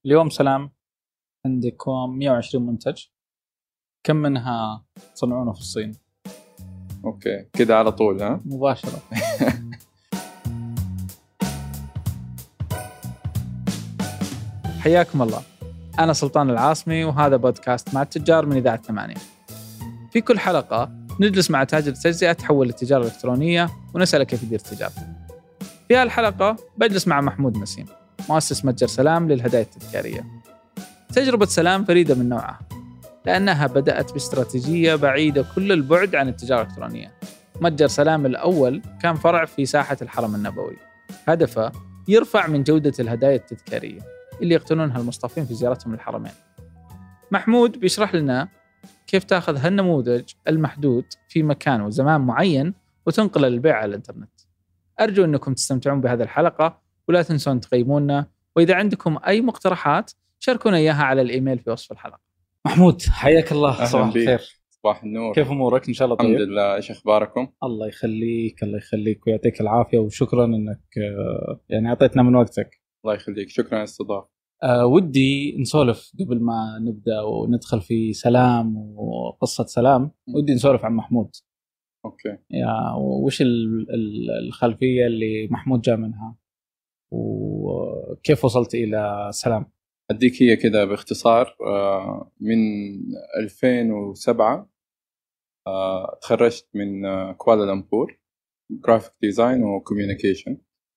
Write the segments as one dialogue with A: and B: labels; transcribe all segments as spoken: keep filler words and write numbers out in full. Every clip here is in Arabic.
A: اليوم سلام، عندكم مئة وعشرين منتج، كم منها تصنعونه في الصين؟
B: اوكي كده على طول ها
A: مباشرة. حياكم الله، أنا سلطان العاصمي وهذا بودكاست مع التجار من إذاعة ثمانية. في كل حلقة نجلس مع تاجر تجزئة تحول للتجارة الإلكترونية ونسأله كيف يدير تجارته. في هالحلقة بجلس مع محمود نسيم، مؤسس متجر سلام للهدايا التذكارية. تجربة سلام فريدة من نوعها، لأنها بدأت باستراتيجية بعيدة كل البعد عن التجارة الإلكترونية. متجر سلام الأول كان فرع في ساحة الحرم النبوي، هدفه يرفع من جودة الهدايا التذكارية اللي يقتنونها المصطفين في زيارتهم للحرمين. محمود بيشرح لنا كيف تأخذ هالنموذج المحدود في مكان وزمان معين وتنقله للبيع على الإنترنت. أرجو أنكم تستمتعون بهذه الحلقة، ولا تنسون تقيمونا، وإذا عندكم أي مقترحات شاركونا إياها على الإيميل في وصف الحلقة. محمود حياك الله، صباح الخير.
B: صباح النور.
A: كيف أمورك؟ إن شاء الله طيب.
B: الحمد لله، إيش أخباركم؟
A: الله يخليك الله يخليك ويعطيك العافية، وشكرا أنك يعني أعطيتنا من وقتك.
B: الله يخليك، شكرا على الاستضافة.
A: أه ودي نسولف قبل ما نبدأ وندخل في سلام وقصة سلام. ودي نسولف عن محمود.
B: أوكي.
A: يا وش الخلفية اللي محمود جاء منها وكيف وصلت إلى سلام؟
B: أديك هي كده باختصار. من ألفين وسبعة تخرجت من كوالالمبور جرافيك ديزاين وكوميونيكيشن،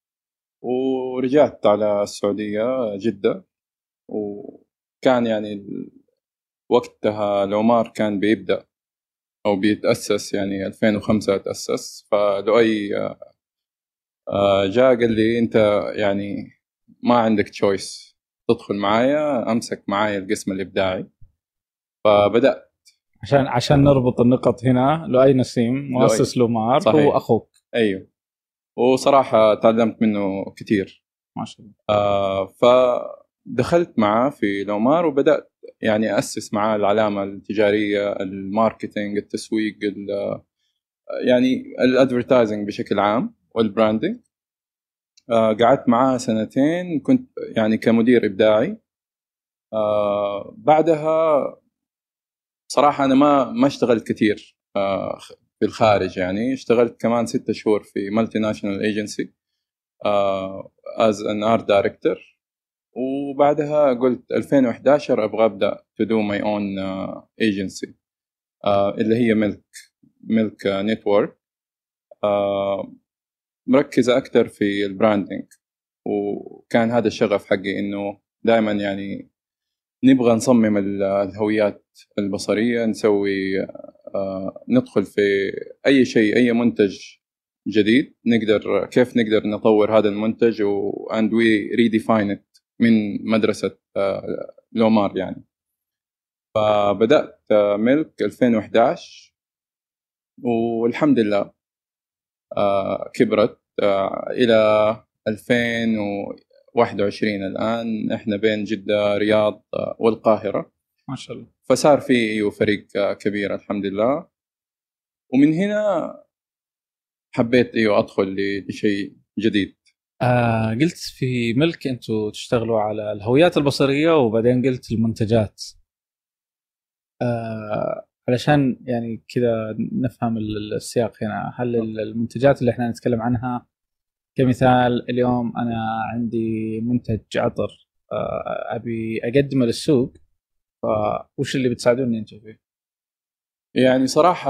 B: ورجعت على السعودية جدة. وكان يعني وقتها لومار كان بيبدأ أو بيتأسس، يعني ألفين وخمسة تأسس. فلؤي جاء قال لي أنت يعني ما عندك تشويس، تدخل معايا، أمسك معايا القسم الإبداعي. فبدأت
A: عشان عشان نربط النقط هنا. لؤي نسيم مؤسس لومار، هو أخوك.
B: أيوه، وصراحة تعلمت منه كتير
A: ما شاء الله.
B: آه فدخلت معاه في لومار وبدأت يعني أسس معاه العلامة التجارية، الماركتينج، التسويق، يعني الادفيرتايزنج بشكل عام والبراندنج. آه قعدت معاه سنتين، كنت يعني كمدير إبداعي. آه بعدها صراحة أنا ما ما اشتغلت كتير آه في الخارج، يعني اشتغلت كمان ستة شهور في مالتي ناشونال ايجنسي as an art director. وبعدها قلت ألفين وإحدى عشر أبغى أبدأ to do my own uh, agency uh, اللي هي ملك ملك نتورك. uh, مركزة أكتر في البراندنج، وكان هذا الشغف حقي إنه دائما يعني نبغى نصمم الهويات البصرية، نسوي uh, ندخل في أي شيء، أي منتج جديد، نقدر كيف نقدر نطور هذا المنتج و and we redefine it من مدرسة لومار يعني. فبدأت ملك ألفين وإحدى عشر، والحمد لله كبرت إلى ألفين وواحد وعشرين. الآن إحنا بين جدة، رياض والقاهرة
A: ما شاء الله.
B: فصار في فريق كبير الحمد لله. ومن هنا حبيت إيوه أدخل لشيء جديد.
A: آه قلت في ملك أنتوا تشتغلوا على الهويات البصرية، وبعدين قلت المنتجات. آه علشان يعني كذا نفهم السياق هنا. هل المنتجات اللي احنا نتكلم عنها كمثال اليوم أنا عندي منتج عطر آه أبي أقدمه للسوق، فوش اللي بتساعدوني أنتوا فيه؟
B: يعني صراحة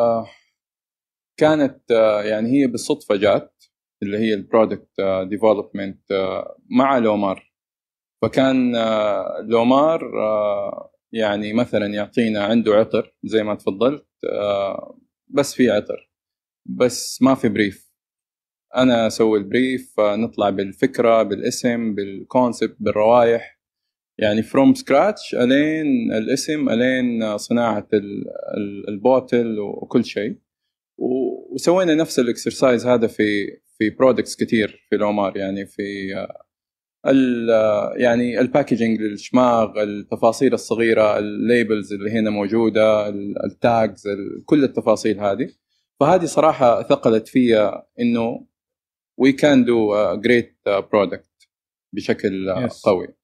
B: كانت يعني هي بالصدفة جات اللي هي البرودكت ديفلوبمنت مع لومار. فكان لومار يعني مثلا يعطينا عنده عطر زي ما تفضلت، بس في عطر بس ما في بريف. أنا أسوي البريف، نطلع بالفكرة، بالاسم، بالكونسبت، بالروائح، يعني from scratch ألين الاسم، ألين صناعة البوتل وكل شيء. وسوينا نفس الاكسرسايز هذا في في برودكتس كتير في لومار، يعني في ال يعني الباكجينج للشماغ، التفاصيل الصغيرة، الليبلز اللي هنا موجودة، التاجز، كل التفاصيل هذه. فهذه صراحة ثقلت فيها إنه we can do a great product بشكل yes. قوي.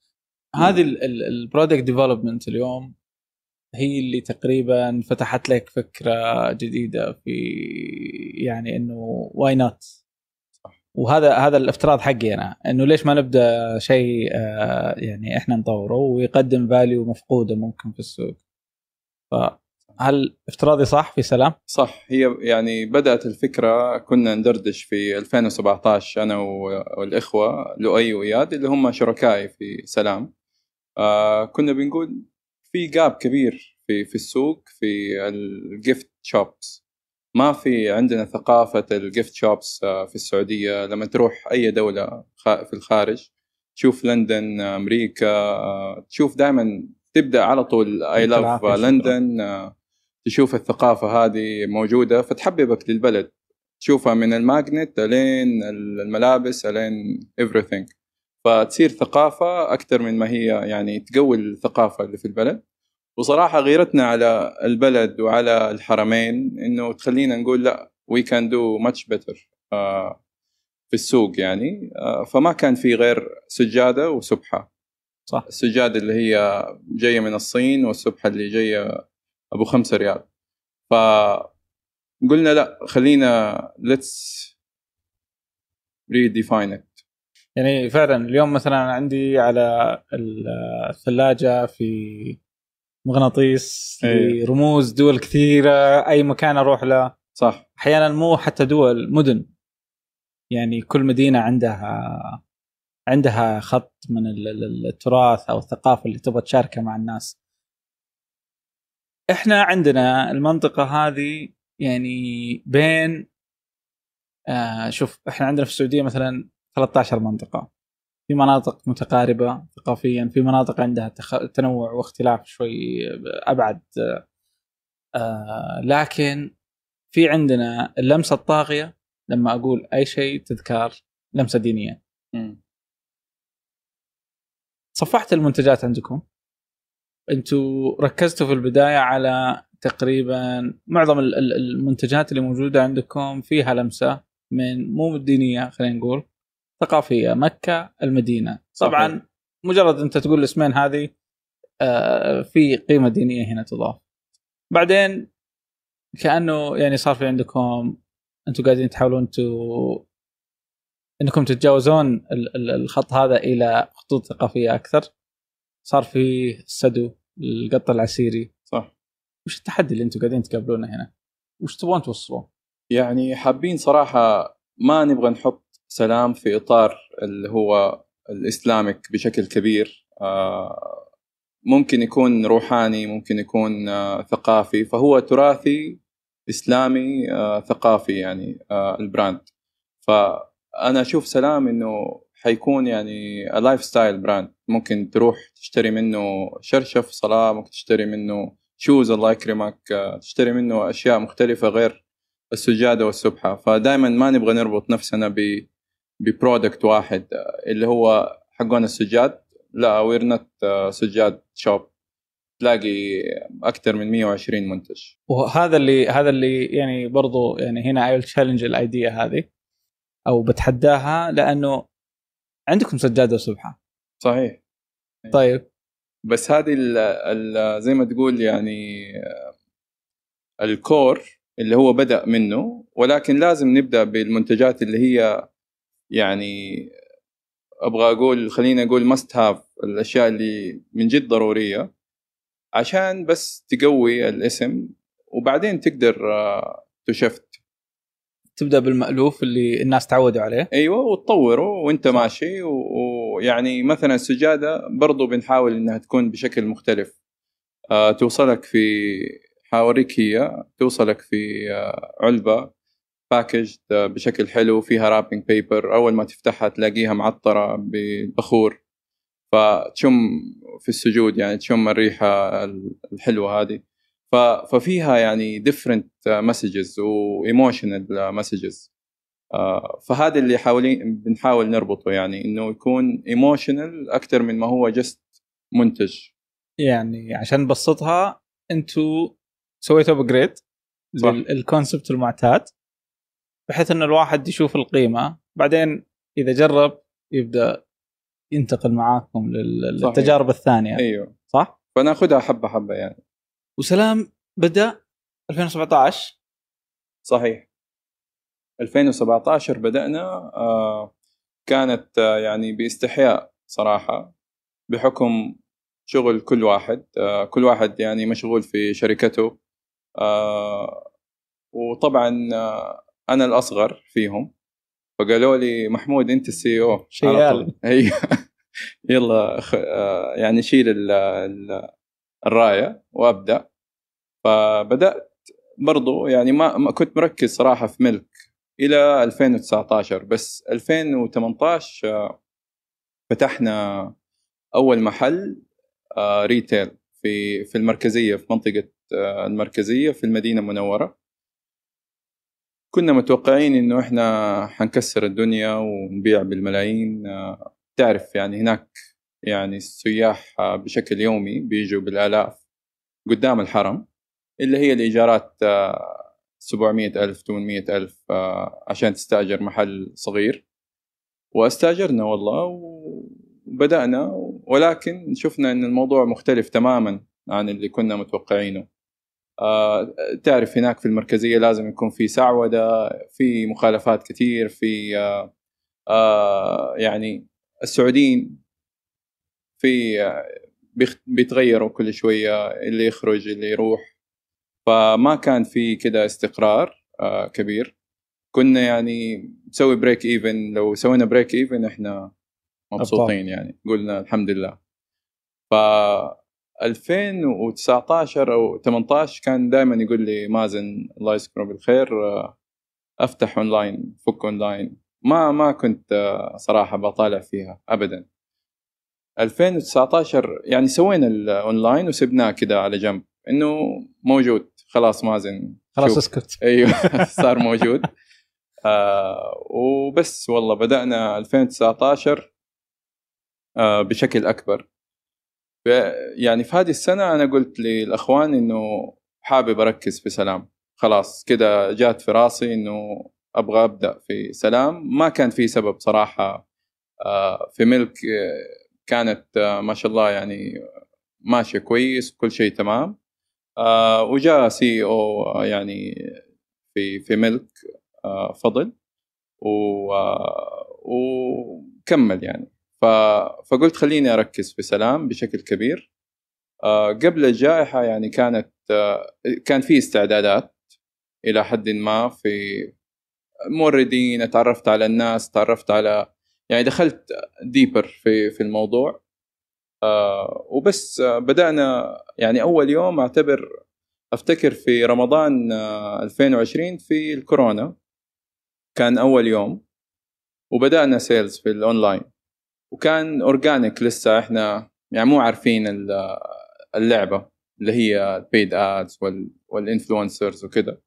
A: هذه البرودكت ديفلوبمنت اليوم هي اللي تقريبا فتحت لك فكرة جديدة في يعني انه واي نوت. وهذا هذا الافتراض حقي انا، انه ليش ما نبدا شيء آه يعني احنا نطوره ويقدم فاليو مفقوده ممكن في السوق. فهل افتراضي صح في سلام؟
B: صح. هي يعني بدات الفكره، كنا ندردش في ألفين وسبعة عشر انا والاخوه لؤي واياد اللي هم شركائي في سلام. آه كنا بنقول في جاب كبير في في السوق في الجيفت شوبس. ما في عندنا ثقافة الجيفت شوبس في السعودية. لما تروح أي دولة في الخارج، تشوف لندن، أمريكا، تشوف دائما تبدأ على طول I love لندن. تشوف الثقافة هذه موجودة فتحببك للبلد، تشوفها من الماجنت لين الملابس لين everything. فتصير ثقافة أكثر من ما هي يعني تقوي الثقافة اللي في البلد. وصراحة غيرتنا على البلد وعلى الحرمين إنه تخلينا نقول لا we can do much better آه في السوق يعني. آه فما كان في غير سجادة وسبحة.
A: صح.
B: السجادة اللي هي جاية من الصين والسبحة اللي جاية أبو خمسة ريال. فقلنا لا خلينا let's redefine it.
A: يعني فعلا اليوم مثلا عندي على الثلاجة في مغناطيس
B: أيه.
A: رموز دول كثيرة، أي مكان أروح له.
B: صح.
A: أحيانا مو حتى دول، مدن، يعني كل مدينة عندها عندها خط من التراث أو الثقافة اللي تبغى تشاركها مع الناس. إحنا عندنا المنطقة هذه يعني بين آه شوف إحنا عندنا في السعودية مثلا ثلاثة عشر منطقة، في مناطق متقاربة ثقافيا، في مناطق عندها تخ... تنوع واختلاف شوي أبعد. آه لكن في عندنا اللمسة الطاغية. لما أقول أي شيء تذكر لمسة دينية.
B: م.
A: صفحت المنتجات عندكم، أنتوا ركزتوا في البداية على تقريبا معظم المنتجات اللي موجودة عندكم فيها لمسة من مو دينية، خلينا نقول ثقافية، مكة، المدينة. طبعا صحيح. مجرد أنت تقول الاسمين هذه آه في قيمة دينية هنا تضاف. بعدين كأنه يعني صار في عندكم أنتوا قاعدين تحاولون أنتوا أنكم تتجاوزون الخط هذا إلى خطوط ثقافية أكثر. صار في السدو، القط العسيري.
B: صح.
A: وش التحدي اللي أنتوا قاعدين تقابلونه هنا؟ وش تبغون توصلوه؟
B: يعني حابين صراحة ما نبغى نحط سلام في إطار اللي هو الإسلامك بشكل كبير. ممكن يكون روحاني، ممكن يكون ثقافي، فهو تراثي إسلامي ثقافي يعني البراند. فأنا أشوف سلام إنه حيكون يعني لايف ستايل براند. ممكن تروح تشتري منه شرشف صلاة، ممكن تشتري منه شوز الله يكرمك، تشتري منه أشياء مختلفة غير السجادة والسبحة. فدائما ما نبغى نربط نفسنا ب ببرودكت واحد اللي هو حقون السجاد. لا وير نوت سجاد شوب، تلاقي أكثر من مية وعشرين منتج.
A: وهذا اللي هذا اللي يعني برضو يعني هنا I will challenge الأيديا هذه أو بتحداها، لأنه عندكم سجادة وسبحة.
B: صحيح.
A: طيب
B: بس هذه ال ال زي ما تقول يعني الكور اللي هو بدأ منه، ولكن لازم نبدأ بالمنتجات اللي هي يعني أبغى أقول خلينا أقول must have، الأشياء اللي من جد ضرورية عشان بس تقوي الاسم، وبعدين تقدر تشفت
A: تبدأ بالمألوف اللي الناس تعودوا عليه.
B: أيوة، وتطوره وانت صح. ماشي. ويعني مثلا السجادة برضو بنحاول إنها تكون بشكل مختلف. أه توصلك في حاوريك، هي توصلك في علبة باكج بشكل حلو فيها رابينج بيبر. أول ما تفتحها تلاقيها معطرة بالبخور، فتشم في السجود يعني تشم الريحة الحلوة هذه. ففيها يعني different messages و emotional messages. فهذا اللي حاولين بنحاول نربطه، يعني إنه يكون emotional أكتر من ما هو just منتج.
A: يعني عشان نبسطها، أنتوا سويتوا بجريد للكونسبت المعتاد بحيث أن الواحد يشوف القيمة، بعدين إذا جرب يبدأ ينتقل معاكم للتجارب الثانية.
B: ايوه
A: صح،
B: فناخذها حبه حبه يعني.
A: وسلام بدأ ألفين وسبعة عشر.
B: صحيح، ألفين وسبعة عشر بدأنا. آه كانت آه يعني باستحياء صراحة، بحكم شغل كل واحد. آه كل واحد يعني مشغول في شركته. آه وطبعا آه أنا الأصغر فيهم، فقالوا لي محمود أنت السي او على طول. يلا آه يعني شيل ال ال الراية وأبدأ. فبدأت برضو يعني ما, ما كنت مركز صراحة في ملك إلى ألفين وتسعة عشر. بس ألفين وثمانية عشر فتحنا أول محل آه ريتيل في في المركزية، في منطقة آه المركزية في المدينة المنورة. كنا متوقعين إنه إحنا حنكسر الدنيا ونبيع بالملايين. آه تعرف يعني هناك يعني السياح آه بشكل يومي بيجوا بالآلاف قدام الحرم، اللي هي الإيجارات آه سبعمية ألف ثمانمية ألف آه عشان تستأجر محل صغير. واستأجرنا والله وبدأنا، ولكن شفنا أن الموضوع مختلف تماما عن اللي كنا متوقعينه. آه تعرف هناك في المركزية لازم يكون في سعودة، في مخالفات كتير، في آه آه يعني السعوديين في آه بيتغيروا كل شوية، اللي يخرج اللي يروح. فما كان في كده استقرار آه كبير. كنا يعني نسوي بريك ايفن، لو سوينا بريك ايفن احنا مبسوطين يعني، قلنا الحمد لله. ف ألفين وتسعة عشر او ثمانية عشر كان دائما يقول لي مازن الله يذكره بالخير افتح اونلاين، فك اونلاين. ما ما كنت صراحه بطالع فيها ابدا. ألفين وتسعة عشر يعني سوينا الاونلاين وسبناه كده على جنب، انه موجود خلاص مازن
A: خلاص اسكت.
B: ايوه صار موجود. آه وبس والله بدأنا ألفين وتسعة عشر آه بشكل أكبر. يعني في هذه السنة أنا قلت للأخوان إنه حابب أركز في سلام. خلاص كده جات في راسي إنه أبغى أبدأ في سلام. ما كان في سبب صراحة. آه في ملك كانت آه ما شاء الله يعني ماشية كويس، كل شيء تمام. آه وجاء سي أو يعني في في ملك آه فضل وكمل يعني. فقلت خليني أركز في سلام بشكل كبير. قبل الجائحة يعني كانت كان في استعدادات إلى حد ما، في موردين، اتعرفت على الناس، تعرفت على يعني دخلت ديبر في في الموضوع. وبس بدأنا يعني أول يوم أعتبر أفتكر في رمضان ألفين وعشرين في الكورونا كان أول يوم، وبدأنا سيلز في الأونلاين. وكان أورجانيك لسه، إحنا يعني مو عارفين اللعبة اللي هي البيد آدز والإنفلونسرز وكده.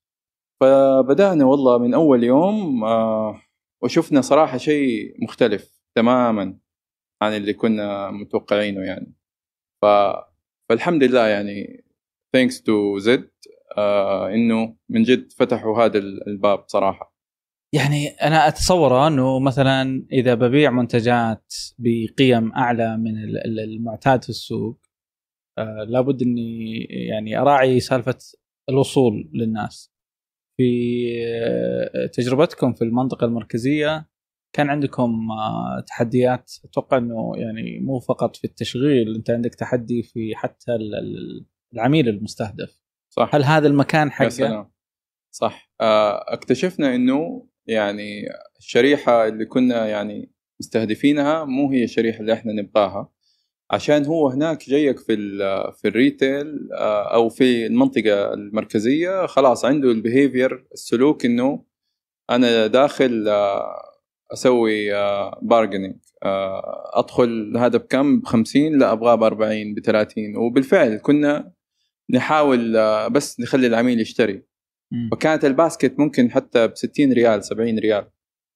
B: فبدأنا والله من أول يوم آه وشفنا صراحة شيء مختلف تماما عن اللي كنا متوقعينه يعني. ف... فالحمد لله يعني thanks to زد آه إنه من جد فتحوا هذا الباب صراحة.
A: يعني أنا أتصور أنه مثلا إذا ببيع منتجات بقيم أعلى من المعتاد في السوق، آه لابد أني يعني أراعي سالفة الوصول للناس. في آه تجربتكم في المنطقة المركزية كان عندكم آه تحديات، أتوقع أنه يعني مو فقط في التشغيل، أنت عندك تحدي في حتى العميل المستهدف.
B: صح.
A: هل هذا المكان حقه؟
B: يا سلام. صح. آه اكتشفنا أنه يعني الشريحة اللي كنا يعني مستهدفينها مو هي الشريحة اللي احنا نبغاها، عشان هو هناك جايك في في الريتيل او في المنطقة المركزية خلاص عنده البيهيفير، السلوك، انه انا داخل اسوي بارجنينج، ادخل هذا بكم بخمسين، لا ابغاه باربعين بثلاثين. وبالفعل كنا نحاول بس نخلي العميل يشتري. فكانت الباسكت ممكن حتى بستين ريال سبعين ريال.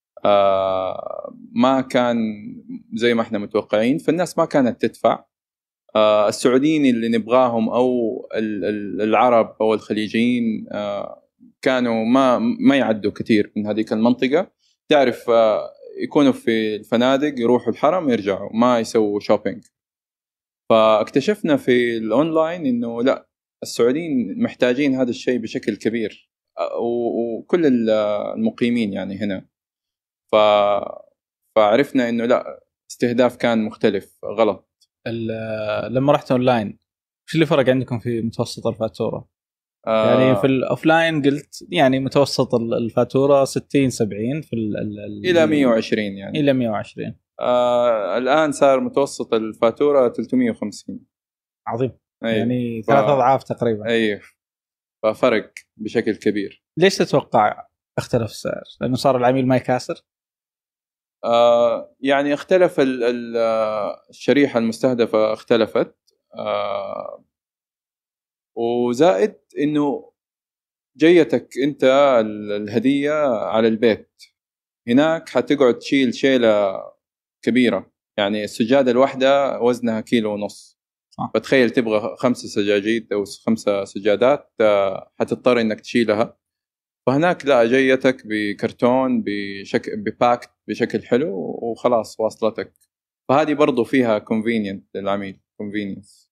B: آه ما كان زي ما احنا متوقعين، فالناس ما كانت تدفع. آه السعوديين اللي نبغاهم او العرب او الخليجيين آه كانوا ما ما يعدوا كثير من هذيك المنطقة. تعرف آه يكونوا في الفنادق، يروحوا الحرم يرجعوا ما يسووا شوبينج. فاكتشفنا في الأونلاين إنه لا، السعوديين محتاجين هذا الشيء بشكل كبير، وكل المقيمين يعني هنا. ف... فعرفنا إنه لا، استهداف كان مختلف غلط.
A: لما رحت أونلاين وش اللي فرق عندكم في متوسط الفاتورة؟
B: آه
A: يعني في الأوفلاين قلت يعني متوسط الفاتورة ستين سبعين، في ال ال
B: إلى مية وعشرين يعني
A: إلى مية وعشرين.
B: آه الآن صار متوسط الفاتورة ثلاثمية وخمسين.
A: عظيم.
B: أيوه.
A: يعني ثلاث أضعاف تقريبا.
B: أيوه، ففرق بشكل كبير.
A: ليش تتوقع اختلف السعر؟ لأنه صار العميل ما يكاسر؟
B: آه يعني اختلف ال ال الشريحة المستهدفة اختلفت، آه وزائد إنه جيتك أنت الهدية على البيت، هناك حتقعد تشيل شيلة كبيرة. يعني السجادة الواحدة وزنها كيلو ونص، فتخيل تبغى خمسة سجاجيد أو خمسة سجادات حتضطر إنك تشيلها. فهناك لا، جيتك بكرتون بشكل بباكت بشكل حلو وخلاص واصلتك. فهذه برضو فيها convenient للعميل، convenience.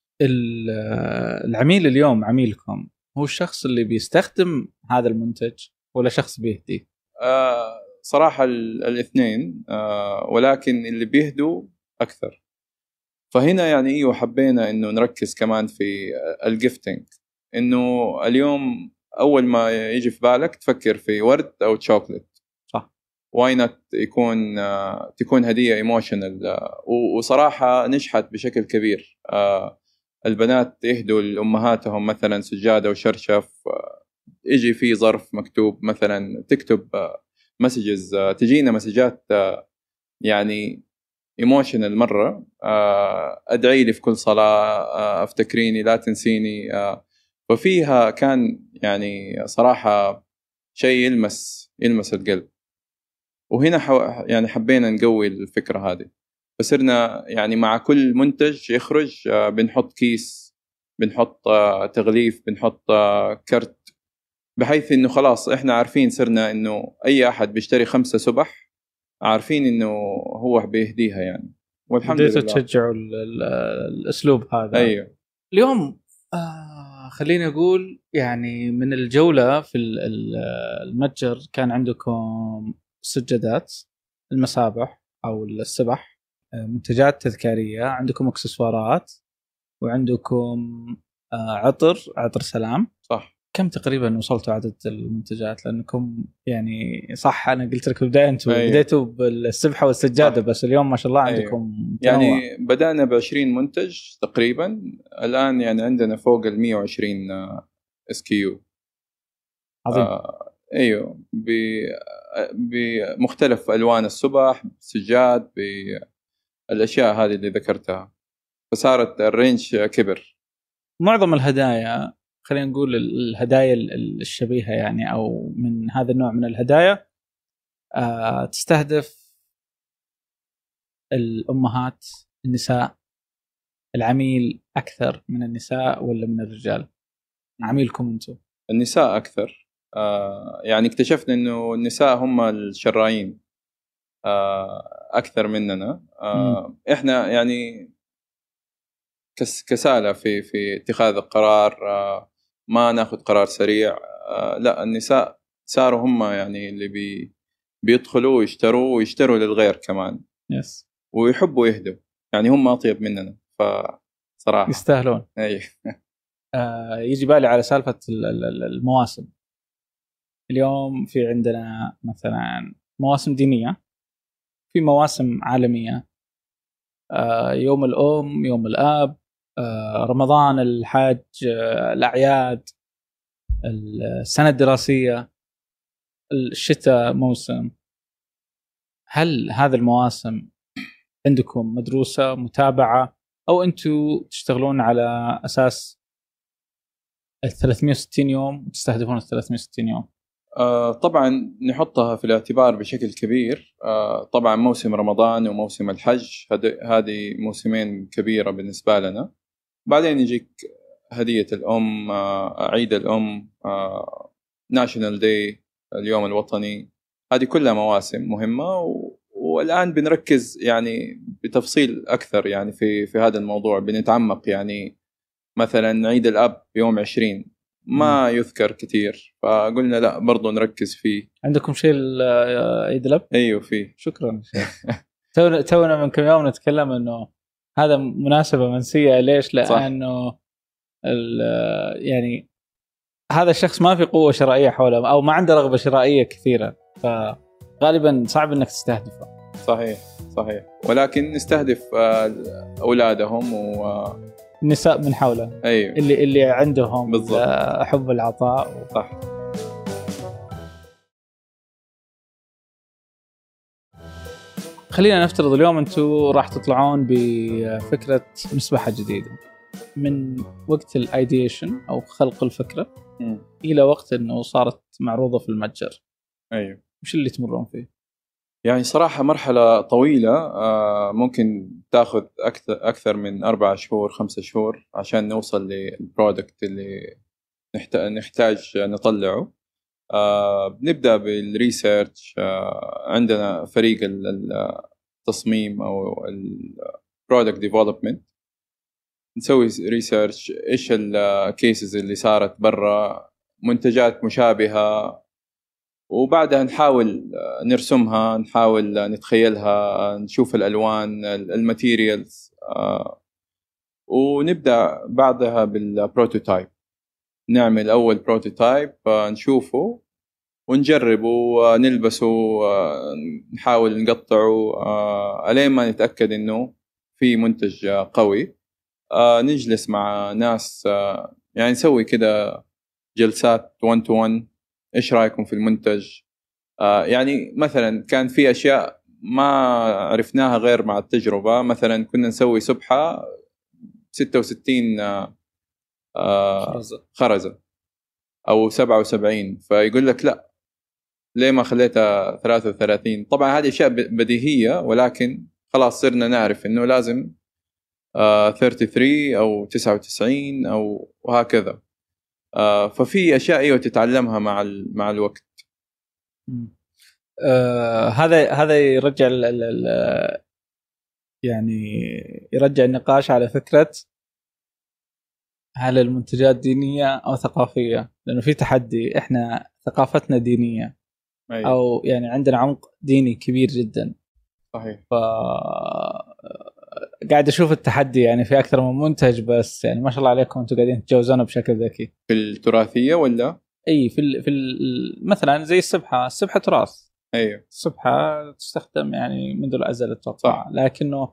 A: العميل اليوم عميلكم هو الشخص اللي بيستخدم هذا المنتج ولا شخص بيهدي؟
B: آه صراحة الاثنين، آه ولكن اللي بيهدوا أكثر. فهنا يعني إيوه حبينا إنه نركز كمان في الجيفتينج، إنه اليوم أول ما يجي في بالك تفكر في ورد أو شوكولات،
A: صح؟
B: واي نوت يكون آه تكون هدية ايموشنال. آه وصراحة نجحت بشكل كبير. آه البنات يهدوا لأمهاتهم مثلا سجادة وشرشف، آه يجي في ظرف مكتوب مثلا، تكتب آه مسجز، آه تجينا مسجات آه يعني ايموشنال مرة، آه ادعي لي في كل صلاة، آه افتكريني لا تنسيني. آه وفيها كان يعني صراحة شيء يلمس يلمس القلب. وهنا حو يعني حبينا نقوي الفكرة هذه. فصرنا يعني مع كل منتج يخرج آه بنحط كيس، بنحط آه تغليف، بنحط آه كرت، بحيث انه خلاص احنا عارفين، صرنا انه اي احد بيشتري خمسة سبح عارفين انه هو بيهديها يعني. والحمد لله
A: بديتوا تشجعوا الاسلوب هذا.
B: ايوه.
A: اليوم آه خليني اقول يعني من الجوله في المتجر كان عندكم سجادات، المسابح او السبح، منتجات تذكاريه، عندكم اكسسوارات، وعندكم آه عطر عطر سلام.
B: صح.
A: كم تقريبا وصلتوا عدد المنتجات؟ لانكم يعني صح انا قلت لكم بدايه انتم
B: أيوه.
A: بديتوا بالسبحه والسجاده، بس اليوم ما شاء الله عندكم
B: أيوه.
A: تنوع.
B: يعني بدانا بعشرين منتج تقريبا، الان يعني عندنا فوق ال مية وعشرين اس كيو.
A: عظيم.
B: آه ايوه، بمختلف الوان السبح، سجاد، بالاشياء هذه اللي ذكرتها، فصارت الرينج كبر.
A: معظم الهدايا، خلينا نقول الهدايا الشبيهة يعني أو من هذا النوع من الهدايا، آه تستهدف الأمهات، النساء. العميل أكثر من النساء ولا من الرجال؟ عميلكم أنتم؟
B: النساء أكثر. آه يعني اكتشفنا إنه النساء هم الشرايين آه أكثر مننا. آه إحنا يعني كس كسالة في في اتخاذ القرار، آه ما ناخذ قرار سريع. آه لا، النساء صاروا هم يعني اللي بي بيدخلوا ويشتروا ويشتروا للغير كمان.
A: يس.
B: ويحبوا يهدوا، يعني هم أطيب مننا فصراحة
A: يستاهلون.
B: أي.
A: آه يجي بالي على سالفة المواسم. اليوم في عندنا مثلا مواسم دينية، في مواسم عالمية، آه يوم الأم، يوم الآب، آه رمضان، الحج، آه الأعياد، السنة الدراسية، الشتاء موسم. هل هذه المواسم عندكم مدروسة متابعة، أو أنتوا تشتغلون على أساس ال ثلاثمية وستين يوم وتستهدفون ال ثلاثمية وستين يوم؟
B: آه طبعا نحطها في الاعتبار بشكل كبير. آه طبعا موسم رمضان وموسم الحج هذه موسمين كبيرة بالنسبة لنا. بعدين يجيك هدية الأم، آه عيد الأم، آه ناشونال داي، اليوم الوطني. هذه كلها مواسم مهمة، و... والآن بنركز يعني بتفصيل أكثر يعني في في هذا الموضوع، بنتعمق. يعني مثلا عيد الأب يوم عشرين ما يذكر كثير، فقلنا لا برضو نركز فيه.
A: عندكم شيء عيد الأب؟
B: أيوه فيه.
A: شكرا. تونا تونا من كم يوم نتكلم إنه هذا مناسبة منسية. ليش؟ لأنه يعني هذا الشخص ما في قوة شرائية حوله أو ما عنده رغبة شرائية كثيرة، فغالبا صعب إنك تستهدفه.
B: صحيح صحيح، ولكن نستهدف أولادهم
A: والنساء من حوله.
B: أيوه.
A: اللي اللي عندهم
B: بالضبط
A: حب العطاء.
B: صح.
A: خلينا نفترض اليوم أنتوا راح تطلعون بفكرة مسبحة جديدة، من وقت الايديشن او خلق الفكره
B: م.
A: الى وقت انه صارت معروضه في المتجر.
B: ايوه.
A: وش اللي تمرون فيه؟
B: يعني صراحه مرحله طويله، ممكن تاخذ اكثر اكثر من أربعة شهور خمسة شهور عشان نوصل للبرودكت اللي نحتاج نطلعه. بنبدا بالريسيرش، عندنا فريق التصميم او البرودكت ديفلوبمنت، نسوي ريسيرش ايش الكيسز اللي صارت برا، منتجات مشابهة، وبعدها نحاول نرسمها، نحاول نتخيلها، نشوف الألوان الماتيريالز، ونبدأ بعدها بالبروتوتايب. نعمل أول بروتوتايب نشوفه ونجربه، نلبسه، نحاول نقطعه ألين ما نتأكد إنه في منتج قوي. آه نجلس مع ناس، آه يعني نسوي كده جلسات one to one، إيش رأيكم في المنتج؟ آه يعني مثلا كان في أشياء ما عرفناها غير مع التجربة. مثلا كنا نسوي سبحة ستة وستين آه آه خرزة أو سبعة وسبعين، فيقول لك لا ليه ما خليتها ثلاثة وثلاثين؟ طبعا هذه أشياء بديهية، ولكن خلاص صرنا نعرف إنه لازم Uh, ثلاثة وثلاثين أو تسعة وتسعين أو وهكذا. uh, ففي أشياء أيوة تتعلمها مع مع الوقت.
A: uh, هذا هذا يرجع ال ال يعني يرجع النقاش على فكرة هل المنتجات دينية أو ثقافية، لأنه في تحدي. إحنا ثقافتنا دينية. أيوة. أو يعني عندنا عمق ديني كبير جدا.
B: صحيح.
A: ف قاعد أشوف التحدي يعني في أكثر من منتج، بس يعني ما شاء الله عليكم أنتوا قاعدين تتجاوزونه بشكل ذكي.
B: في التراثية ولا؟
A: أي في ال في ال مثلا زي السبحة، السبحة تراث.
B: أيوه.
A: السبحة تستخدم يعني منذ الأزل أتوقع، لكنه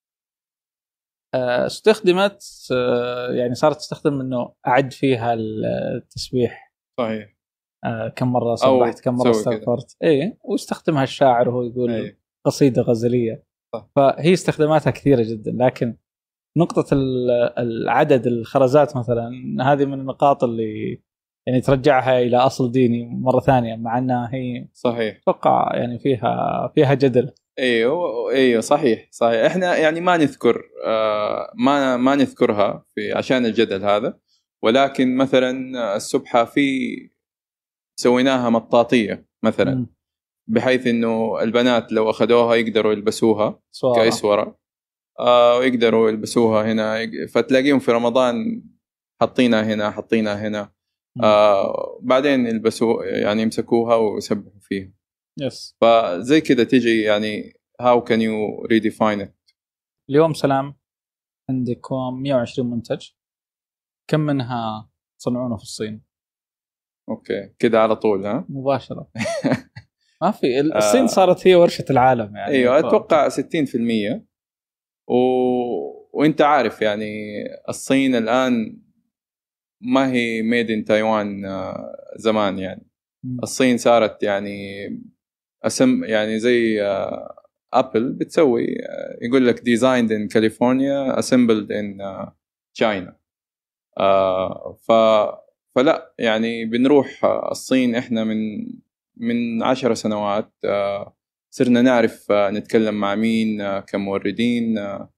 A: استخدمت يعني صارت تستخدم إنه أعد فيها التسبيح.
B: صحيح.
A: كم مرة صبحت كم مرة استغفرت. إيه، واستخدمها الشاعر وهو يقول أيوه. قصيدة غزلية. صح. فهي استخداماتها كثيرة جدا، لكن نقطة العدد الخرزات مثلا هذه من النقاط اللي يعني ترجعها إلى أصل ديني مرة ثانية، مع أنها هي
B: صحيح
A: أتوقع يعني فيها فيها جدل.
B: ايوه ايوه صحيح صحيح. احنا يعني ما نذكر آه ما ما نذكرها في عشان الجدل هذا، ولكن مثلا السبحة في سويناها مطاطية مثلا، م. بحيث انه البنات لو اخذوها يقدروا يلبسوها
A: صورة.
B: كإسورة، آه ويقدروا يلبسوها هنا، فتلاقيهم في رمضان حطينا هنا حطينا هنا، آه بعدين يلبسوا يعني يمسكوها ويسبحوا فيها.
A: يس.
B: فزي كده تيجي يعني how can you redefine it.
A: اليوم سلام عندكم مئة وعشرين منتج، كم منها تصنعونه في الصين؟
B: اوكي كده على طول ها
A: مباشرة. ما في الصين صارت هي ورشة العالم يعني.
B: ايوه اتوقع ستين بالمية. و... وانت عارف يعني الصين الان ما هي ميد ان تايوان زمان، يعني م. الصين صارت يعني اسم يعني زي ابل بتسوي يقول لك designed in California assembled in China. ف فلا يعني بنروح الصين احنا من من عشر سنوات، صرنا نعرف نتكلم مع مين كموردين،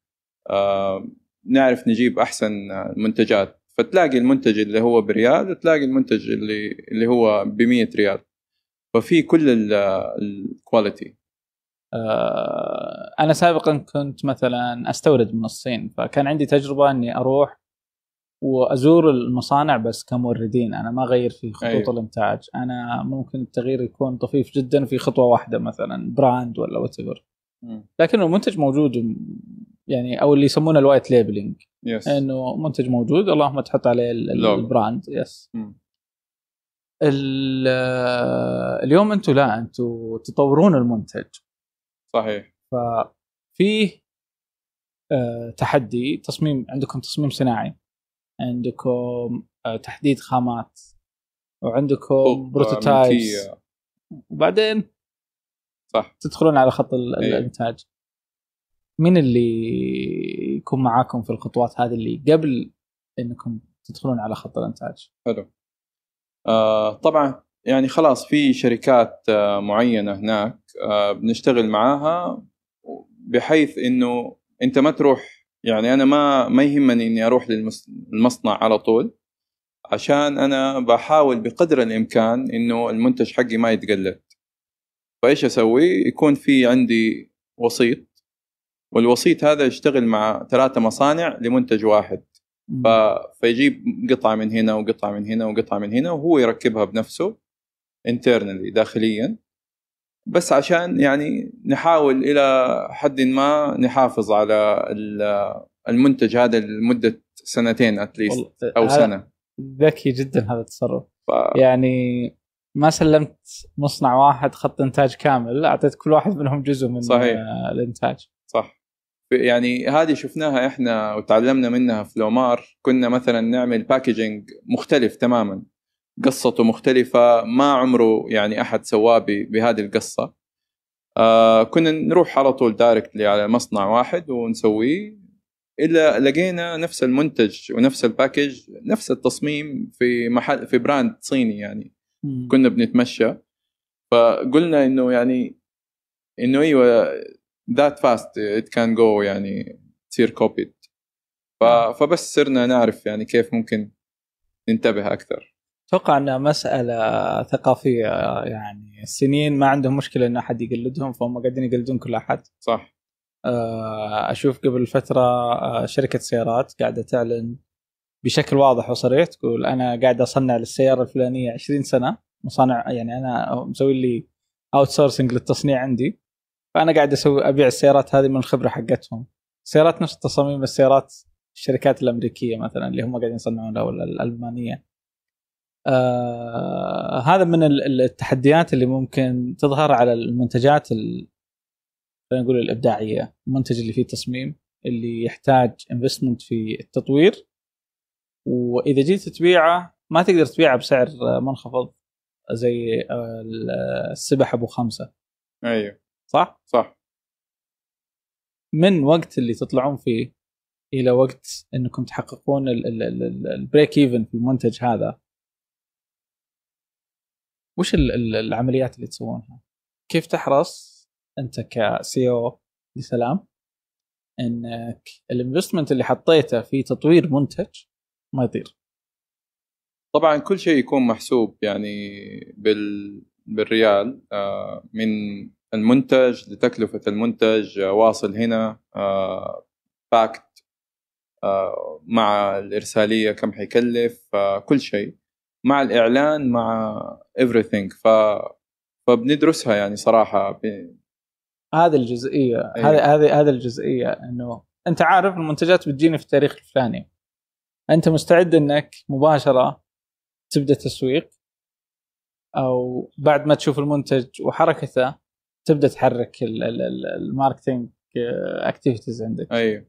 B: نعرف نجيب احسن المنتجات. فتلاقي المنتج اللي هو بريال وتلاقي المنتج اللي اللي هو بمية ريال. ففي كل الكواليتي.
A: أنا سابقا كنت مثلا أستورد من الصين، فكان عندي تجربة أني أروح وأزور المصانع بس كموردين، أنا ما أغير في خطوط أيوه. الإنتاج. أنا ممكن التغيير يكون طفيف جدا في خطوة واحدة مثلا براند ولا واتيفر، لكن المنتج موجود يعني، أو اللي يسمونه الوايت ليبلينج،
B: yes.
A: إنه منتج موجود اللهم تحط عليه البراند. يس. اليوم أنتوا لا أنتوا تطورون المنتج.
B: صحيح.
A: ففيه أه تحدي تصميم، عندكم تصميم صناعي، عندكم أه تحديد خامات، وعندكم بروتوتايبس، وبعدين
B: صح
A: تدخلون على خط الانتاج. مين اللي يكون معاكم في الخطوات هذه اللي قبل انكم تدخلون على خط الانتاج؟
B: حلو. آه طبعا يعني خلاص في شركات آه معينة هناك آه بنشتغل معاها، بحيث انه انت ما تروح، يعني انا ما ما يهمني اني اروح للمصنع على طول، عشان انا بحاول بقدر الامكان انه المنتج حقي ما يتقلد. فايش اسوي؟ يكون في عندي وسيط، والوسيط هذا يشتغل مع ثلاثة مصانع لمنتج واحد. ف... فيجيب قطعة من هنا وقطعة من هنا وقطعة من هنا، وهو يركبها بنفسه internally داخليا، بس عشان يعني نحاول إلى حد ما نحافظ على المنتج هذا لمدة سنتين أتليست أو سنة.
A: ذكي جدا هذا التصرف. ف... يعني ما سلمت مصنع واحد خط إنتاج كامل، أعطيت كل واحد منهم جزء من
B: صحيح.
A: الإنتاج.
B: صح. يعني هذه شفناها إحنا وتعلمنا منها في لومار. كنا مثلا نعمل باكيجينج مختلف تماما، قصته مختلفة، ما عمره يعني أحد سواه بهذه القصة. آه كنا نروح على طول دايركتلي على مصنع واحد ونسويه، إلا لقينا نفس المنتج ونفس الباكيج نفس التصميم في محل في براند صيني يعني. م. كنا بنتمشى فقلنا إنه يعني إنه أيوة that fast it can go يعني تصير copied. فبس صرنا نعرف يعني كيف ممكن ننتبه أكثر.
A: أتوقع أنها مسألة ثقافية، يعني السنين ما عندهم مشكلة أن أحد يقلدهم، فهم قاعدين يقلدون كل أحد.
B: صح.
A: أشوف قبل فترة شركة سيارات قاعدة تعلن بشكل واضح وصريح، تقول أنا قاعدة أصنع للسيارة الفلانية عشرين سنة، مصنع يعني أنا مسوي لي أوتسورسنج للتصنيع عندي، فأنا قاعد أسوي أبيع السيارات هذه من الخبرة حقتهم. سيارات نفس التصاميم السيارات الشركات الأمريكية مثلا اللي هم قاعدين يصنعونها، ولا الألمانية. آه هذا من التحديات اللي ممكن تظهر على المنتجات خلينا نقول الإبداعية. المنتج اللي فيه تصميم اللي يحتاج انفستمنت في التطوير، وإذا جيت تبيعه ما تقدر تبيعه بسعر منخفض زي السبح أبو خمسة.
B: أيوه
A: صح؟
B: صح.
A: من وقت اللي تطلعون فيه إلى وقت أنكم تحققون البريك إيفن في المنتج هذا، وش العمليات اللي تسوونها؟ كيف تحرص أنت كسي او لسلام أنك الانفستمنت اللي حطيته في تطوير منتج ما يطير؟
B: طبعا كل شيء يكون محسوب يعني بال بالريال، من المنتج لتكلفة المنتج، واصل هنا باكت مع الإرسالية كم حيكلف، كل شيء مع الإعلان مع everything. ف فبندرسها يعني صراحة ب...
A: هذه الجزئية.
B: أيوة.
A: هذه هذه هذه الجزئية إنه أنت عارف المنتجات بتجيني في التاريخ الفلاني، أنت مستعد إنك مباشرة تبدأ تسويق، أو بعد ما تشوف المنتج وحركته تبدأ تحرك الماركتينج اكتيفيتيز عندك.
B: أيوة.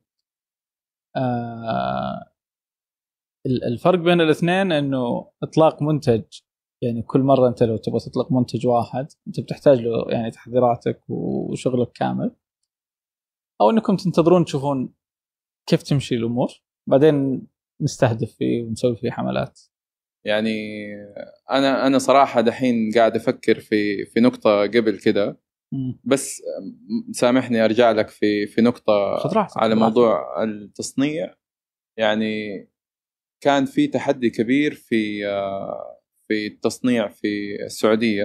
A: آه الفرق بين الاثنين إنه إطلاق منتج، يعني كل مرة أنت لو تبغى تطلق منتج واحد أنت بتحتاج له يعني تحضيراتك وشغلك كامل، أو أنكم تنتظرون تشوفون كيف تمشي الأمور بعدين نستهدف فيه ونسوي فيه حملات.
B: يعني أنا أنا صراحة دحين قاعد أفكر في في نقطة قبل كده، بس سامحني أرجع لك في في نقطة على موضوع التصنيع. يعني كان في تحدي كبير في في التصنيع في السعودية،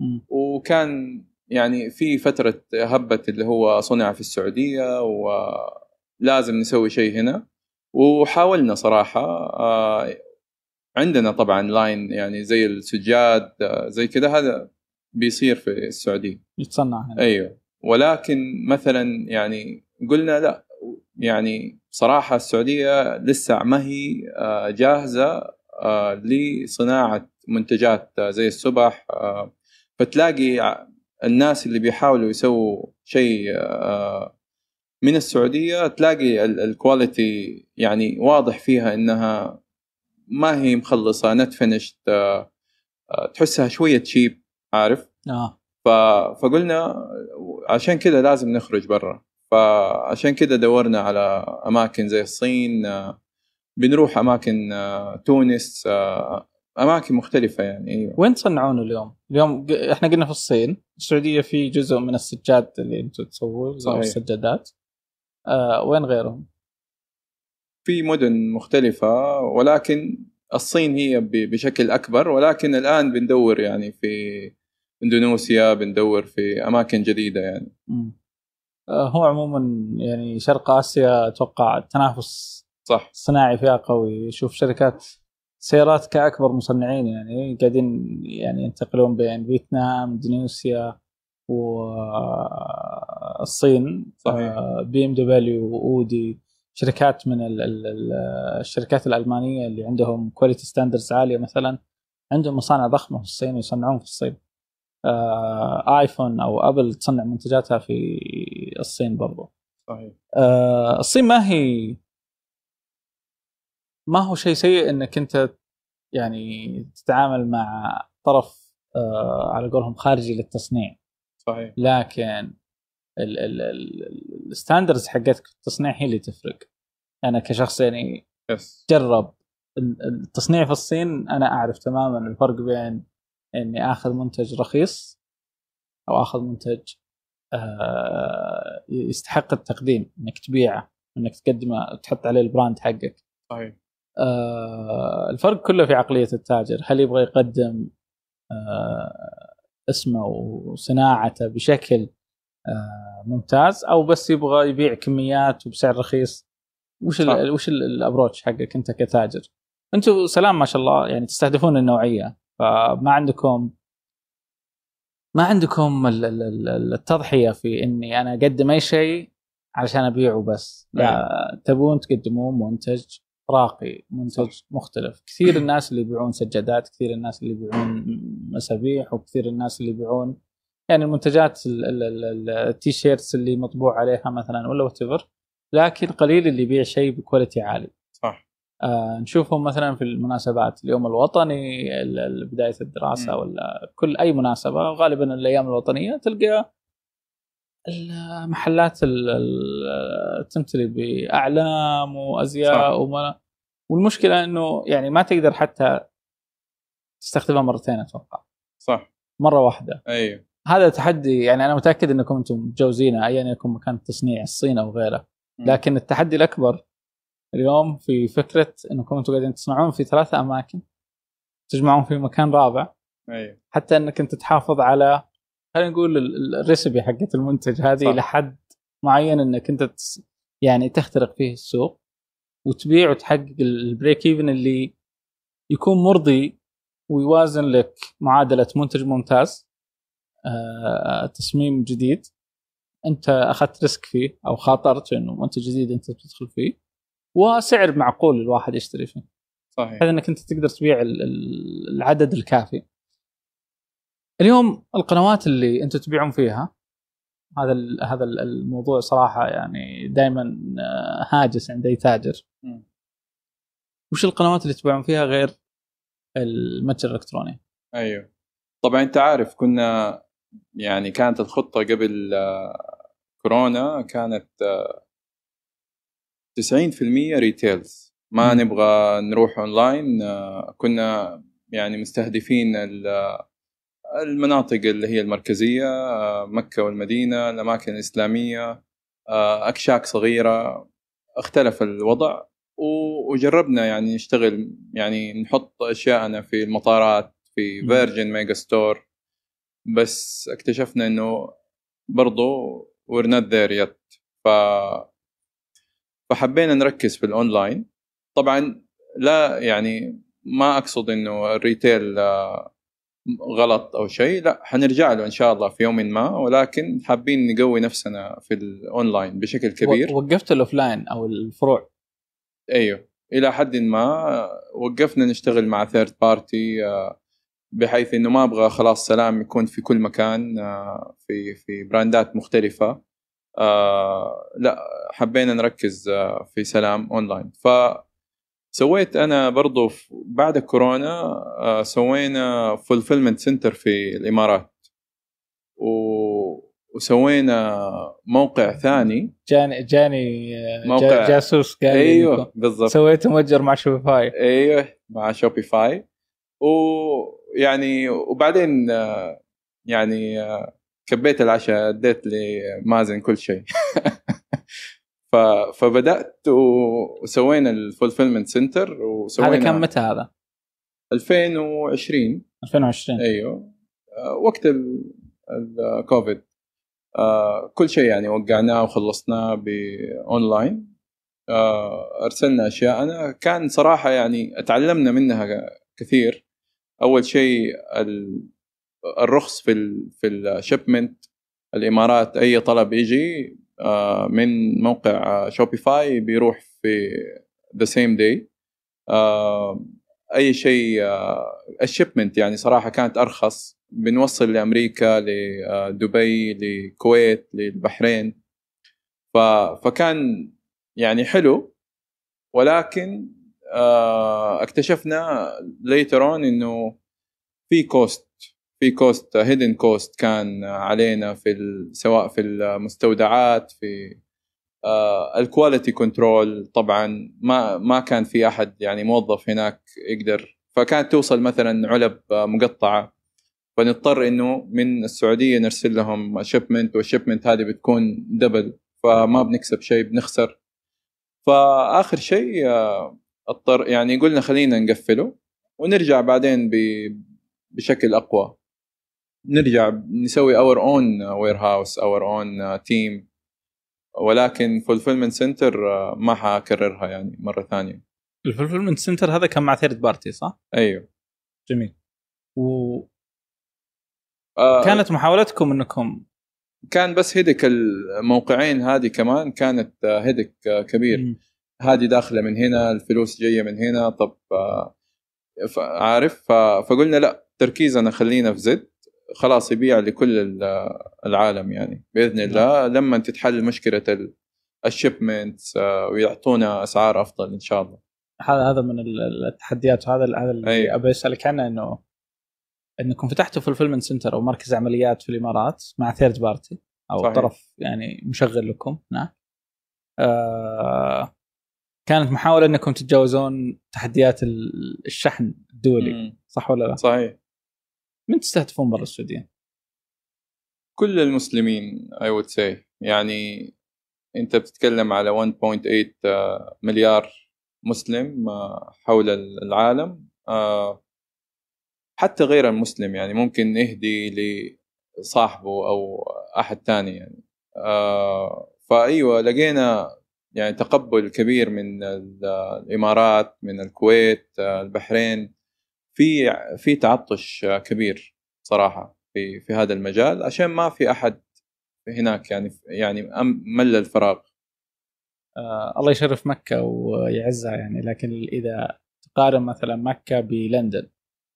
B: وكان يعني في فترة هبت اللي هو صنع في السعودية ولازم نسوي شيء هنا، وحاولنا صراحة. عندنا طبعا لاين يعني زي السجاد زي كده، هذا بيصير في السعودية
A: يتصنع هنا.
B: أيوه، ولكن مثلا يعني قلنا لا، يعني صراحة السعودية لسه ما هي جاهزة لصناعة منتجات زي السبح. فتلاقي الناس اللي بيحاولوا يسووا شيء من السعودية تلاقي الكواليتي يعني واضح فيها إنها ما هي مخلصة نت فينيشت، تحسها شوية تشيب، عارف.
A: آه.
B: فقلنا عشان كده لازم نخرج برا، فعشان كده دورنا على أماكن زي الصين، بنروح أماكن تونس، أماكن مختلفة يعني.
A: وين تصنعون اليوم؟ اليوم إحنا قلنا في الصين. السعودية في جزء من السجاد اللي أنتم تسووه أو السجادات. آه وين غيرهم؟
B: في مدن مختلفة، ولكن الصين هي بشكل أكبر، ولكن الآن بندور يعني في إندونيسيا، بندور في أماكن جديدة يعني.
A: آه هو عموما يعني شرق آسيا أتوقع التنافس
B: صح
A: الصناعي فيها قوي. شوف شركات سيارات كأكبر مصنعين يعني قاعدين يعني ينتقلون بين فيتنام، إندونيسيا والصين. بي ام دبليو وأودي، شركات من ال ال الشركات الألمانية اللي عندهم كواليتي ستاندردز عالية، مثلا عندهم مصانع ضخمة في الصين ويصنعون في الصين. آه آيفون أو أبل تصنع منتجاتها في الصين برضو.
B: صحيح.
A: آه الصين ما هي ما هو شيء سيء انك انت يعني تتعامل مع طرف آه على قولهم خارجي للتصنيع.
B: صحيح.
A: لكن الستاندرز حقتك في التصنيع هي اللي تفرق. انا كشخص يعني
B: yes.
A: جرب التصنيع في الصين، انا اعرف تماما الفرق بين اني اخذ منتج رخيص او اخذ منتج آه يستحق التقديم، انك تبيعه، انك تقدمه، تحط عليه البراند حقك.
B: صحيح.
A: آه الفرق كله في عقلية التاجر. هل يبغى يقدم آه اسمه وصناعته بشكل آه ممتاز، أو بس يبغى يبيع كميات وبسعر رخيص؟ وش ال وش الابروتش حقك أنت كتاجر؟ أنتوا سلام ما شاء الله يعني تستهدفون النوعية، فما عندكم ما عندكم التضحية في إني أنا أقدم أي شيء علشان أبيعه بس. لا، تبون تقدمون منتج راقي، منتج صح. مختلف. كثير الناس اللي يبيعون سجادات، كثير الناس اللي يبيعون مسابيح، وكثير الناس اللي يبيعون يعني المنتجات التيشيرتس اللي مطبوع عليها مثلا ولا واتيفر، لكن قليل اللي يبيع شيء بكواليتي عالي.
B: صح.
A: آه نشوفهم مثلا في المناسبات، اليوم الوطني، بداية الدراسة، م. ولا كل أي مناسبة، غالبا الأيام الوطنية تلقى المحلات تمتلي بأعلام وأزياء وما... والمشكلة أنه يعني ما تقدر حتى تستخدمها مرتين أتوقع.
B: صح.
A: مرة واحدة.
B: أيوه.
A: هذا تحدي يعني. أنا متأكد أنكم أنتم متجاوزينه أيا يكن مكان التصنيع، الصين أو غيره. م. لكن التحدي الأكبر اليوم في فكرة أنكم أنتم قاعدين تصنعون في ثلاثة أماكن، تجمعون في مكان رابع.
B: أيوه.
A: حتى أنك أنت تحافظ على، خلينا نقول الريسبي حقت المنتج هذه لحد معين، أنك أنت يعني تخترق فيه السوق وتبيع وتحقق البريك ايفن اللي يكون مرضي ويوازن لك معادلة منتج ممتاز، آه، تصميم جديد أنت أخذت ريسك فيه أو خاطرت إنه منتج جديد أنت بتدخل فيه، وسعر معقول الواحد يشتري فيه.
B: صحيح.
A: هذا انك انت تقدر تبيع العدد الكافي. اليوم القنوات اللي انتم تبيعون فيها، هذا هذا الموضوع صراحه يعني دائما هاجس عند اي تاجر. م. وش القنوات اللي تبيعون فيها غير المتجر الالكتروني؟
B: ايوه طبعا انت عارف كنا يعني كانت الخطه قبل كورونا كانت تسعين بالمئة ريتيلز، ما م. نبغى نروح اونلاين. كنا يعني مستهدفين المناطق اللي هي المركزيه، مكه والمدينه، الاماكن الاسلاميه، اكشاك صغيره. اختلف الوضع وجربنا يعني نشتغل، يعني نحط اشياءنا في المطارات، في فيرجن ميجا ستور، بس اكتشفنا انه برضو we're not there yet. ف فحبينا نركز في الاونلاين. طبعا لا يعني ما اقصد انه الريتيل غلط او شيء، لا حنرجع له ان شاء الله في يوم ما، ولكن حابين نقوي نفسنا في الاونلاين بشكل كبير.
A: وقفت الاوفلاين او الفروع؟
B: ايوه الى حد ما وقفنا نشتغل مع ثيرد بارتي، بحيث انه ما ابغى خلاص سلام يكون في كل مكان في في براندات مختلفه. لا حبينا نركز في سلام اونلاين. فسويت انا برضو بعد كورونا سوينا فولفيلمنت سنتر في الامارات، وسوينا موقع ثاني.
A: جاني جاني
B: موقع
A: جاسوس قال
B: ايوه بالضبط،
A: سويت متجر مع شوبيفاي.
B: ايوه مع شوبيفاي. ويعني وبعدين يعني كبيت العشاء اديت لمازن كل شيء. فبدأت وسوينا الفولفيلمنت سنتر. وسوينا
A: هذا كان متى هذا؟
B: ألفين وعشرين.
A: ألفين وعشرين
B: ايوه وقت الكوفيد. كل شيء يعني وقعناه وخلصناه بأونلاين. أرسلنا أشياء كان صراحة يعني اتعلمنا منها كثير. أول شيء الرخص في ال في الشيبمنت. الإمارات أي طلب يجي من موقع شوبيفاي بيروح في the same day. أي شيء الشيبمنت يعني صراحة كانت أرخص. بنوصل لأمريكا، لدبي، للكويت، للبحرين. فكان يعني حلو. ولكن اكتشفنا later on إنه في كوست في كوست هيدن كوست كان علينا في سواء في المستودعات، في الكواليتي كنترول. طبعا ما ما كان في احد يعني موظف هناك يقدر، فكانت توصل مثلا علب مقطعه، فنضطر انه من السعوديه نرسل لهم شيبمنت، والشيبمنت هذه بتكون دبل، فما بنكسب شيء بنخسر. فاخر شيء اضطر يعني قلنا خلينا نقفله ونرجع بعدين بشكل اقوى، نرجع نسوي our own warehouse our own team. ولكن fulfillment center ما حاكررها يعني مرة ثانية.
A: الفولفيلمنت سنتر هذا كان مع ثيرد بارتي صح؟
B: أيوه
A: جميل. و آه كانت محاولتكم أنكم
B: كان بس هدك الموقعين هذه كمان كانت هدك كبير. هذه داخلة من هنا، الفلوس جاية من هنا، طب عارف. فقلنا لا تركيزنا خلينا في زد، خلاص يبيع لكل العالم يعني بإذن الله لما تتحل مشكلة الشيبمنت ويعطونا أسعار أفضل إن شاء الله.
A: هذا هذا من التحديات، وهذا هذا اللي أبي أسألك عنه، إنه إنكم فتحتوا فولفيلمنت سنتر أو مركز عمليات في الإمارات مع ثيرد بارتي أو صحيح. طرف يعني مشغل لكم. نعم. آه كانت محاولة إنكم تتجاوزون تحديات الشحن الدولي. م. صح ولا لا؟
B: صحيح.
A: من تستهدفون برا السعودية؟
B: كل المسلمين I would say. يعني أنت بتتكلم على واحد فاصلة ثمانية مليار مسلم حول العالم. حتى غير المسلم يعني ممكن نهدي لصاحبه أو أحد تاني يعني. فأيوة لقينا يعني تقبل كبير من الإمارات، من الكويت، البحرين. في في تعطش كبير صراحة في في هذا المجال، عشان ما في أحد هناك يعني يعني مل الفراغ.
A: آه الله يشرف مكة ويعزها يعني. لكن إذا تقارن مثلا مكة بلندن،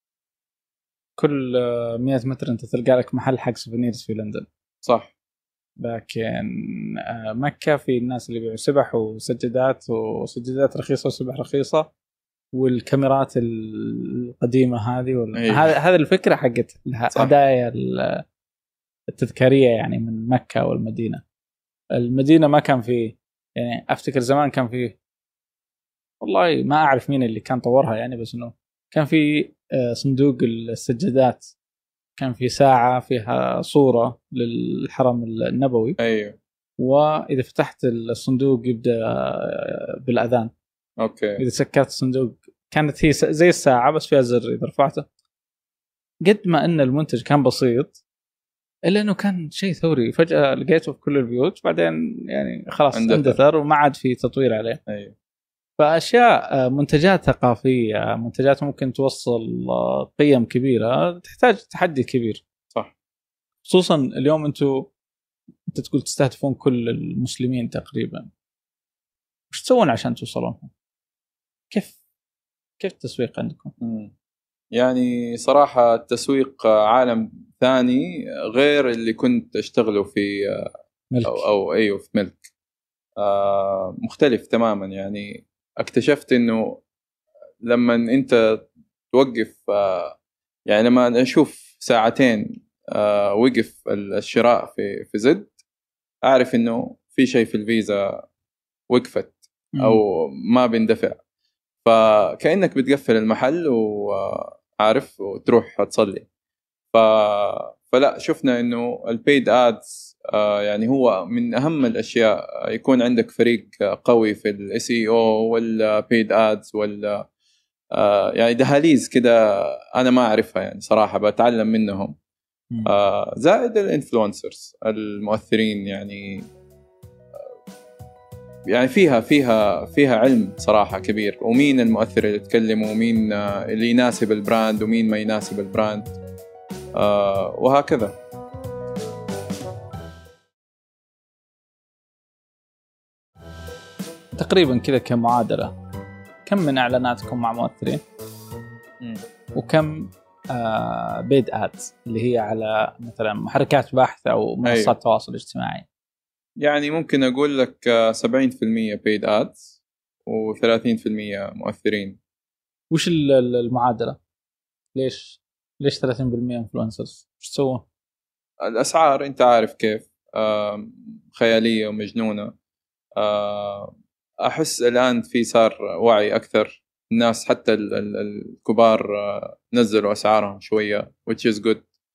A: كل مئة متر أنت تلقى لك محل حق سوفينيرز في لندن.
B: صح.
A: لكن آه مكة في الناس اللي بيعوا سبح وسجادات وسجادات رخيصة وسبح رخيصة، والكاميرات القديمة هذه وال...
B: أيوة.
A: هذا هذا الفكرة حقت الهدايا التذكارية يعني من مكة والمدينة. المدينة ما كان فيه يعني، أفتكر زمان كان فيه، والله ما أعرف مين اللي كان طورها يعني، بس إنه كان في صندوق السجادات، كان في ساعة فيها صورة للحرم النبوي.
B: أيوة.
A: وإذا فتحت الصندوق يبدأ بالأذان.
B: أوكي.
A: إذا سكرت الصندوق كانت هي زي الساعة بس فيها زر إذا رفعته. قد ما أن المنتج كان بسيط، الا انه كان شيء ثوري، فجاه لقيته في كل البيوت، بعدين يعني خلاص
B: اندثر.
A: اندثر وما عاد في تطوير عليه.
B: ايوه
A: فاشياء منتجات ثقافيه، منتجات ممكن توصل قيم كبيره، تحتاج تحدي كبير.
B: صح.
A: خصوصا اليوم انتم انت تقول تستهدفون كل المسلمين تقريبا، وش تسوون عشان توصلون؟ كيف كيف التسويق عندكم؟
B: مم. يعني صراحة التسويق عالم ثاني غير اللي كنت أشتغله في
A: ملك.
B: أو, أو أيوه في ملك. آه مختلف تماما. يعني اكتشفت إنه لما أنت توقف، آه يعني لما أشوف ساعتين آه وقف الشراء في في زد، أعرف إنه في شيء في الفيزا وقفت أو ما بندفع. فكأنك بتقفل المحل وعارف وتروح تصلي. ف... فلا شفنا انه البيد ادز آه يعني هو من اهم الاشياء. يكون عندك فريق قوي في الاس اي او والبيد ادز وال آه يعني دهاليز كده انا ما اعرفها يعني صراحة بتعلم منهم. آه زائد الانفلونسرز المؤثرين يعني يعني فيها فيها فيها علم صراحة كبير، ومين المؤثر اللي يتكلم ومين اللي يناسب البراند ومين ما يناسب البراند آه وهكذا.
A: تقريبا كذا كمعادلة، كم من إعلاناتكم مع مؤثرين؟ م. وكم آه بيد آدز اللي هي على مثلا محركات بحث أو منصات أيوه. تواصل اجتماعي؟
B: يعني ممكن أقول لك سبعين في المية بيد آدز وثلاثين في المية مؤثرين.
A: وش المعادلة؟ ليش ليش ثلاثين بالمية انفلونسرز؟ وش تسوون؟
B: الأسعار أنت عارف كيف آه خيالية ومجنونة. آه أحس الآن في صار وعي أكثر، الناس حتى الكبار آه نزلوا أسعارهم شوية which is good.